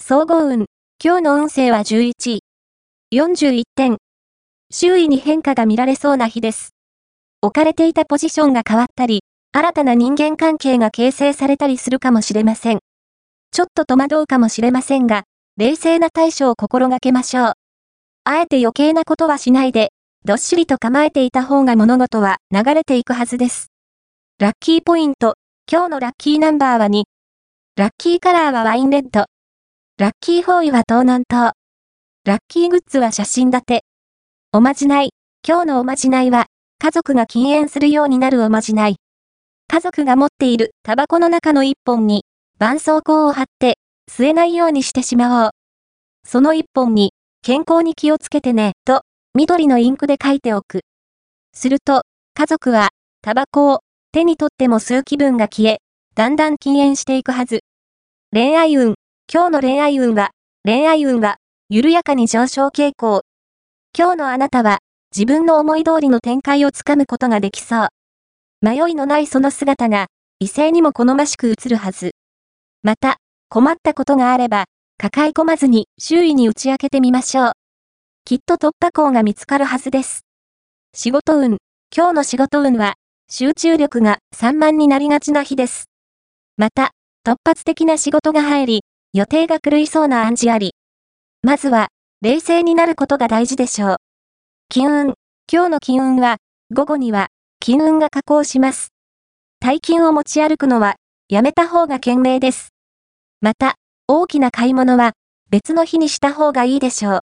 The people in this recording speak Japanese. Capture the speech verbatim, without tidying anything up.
総合運。今日の運勢はじゅういちい。よんじゅういってん。周囲に変化が見られそうな日です。置かれていたポジションが変わったり、新たな人間関係が形成されたりするかもしれません。ちょっと戸惑うかもしれませんが、冷静な対処を心がけましょう。あえて余計なことはしないで、どっしりと構えていた方が物事は流れていくはずです。ラッキーポイント。今日のラッキーナンバーはに。ラッキーカラーはワインレッド。ラッキーフォーイは東南東。ラッキーグッズは写真立て。おまじない。今日のおまじないは、家族が禁煙するようになるおまじない。家族が持っているタバコの中の一本に、絆創膏を貼って、吸えないようにしてしまおう。その一本に、健康に気をつけてね、と、緑のインクで書いておく。すると、家族は、タバコを手に取っても吸う気分が消え、だんだん禁煙していくはず。恋愛運。今日の恋愛運は、恋愛運は、緩やかに上昇傾向。今日のあなたは、自分の思い通りの展開をつかむことができそう。迷いのないその姿が、異性にも好ましく映るはず。また、困ったことがあれば、抱え込まずに周囲に打ち明けてみましょう。きっと突破口が見つかるはずです。仕事運。今日の仕事運は、集中力が散漫になりがちな日です。また、突発的な仕事が入り、予定が狂いそうな暗示あり。まずは、冷静になることが大事でしょう。金運。今日の金運は、午後には、金運が下降します。大金を持ち歩くのは、やめた方が賢明です。また、大きな買い物は、別の日にした方がいいでしょう。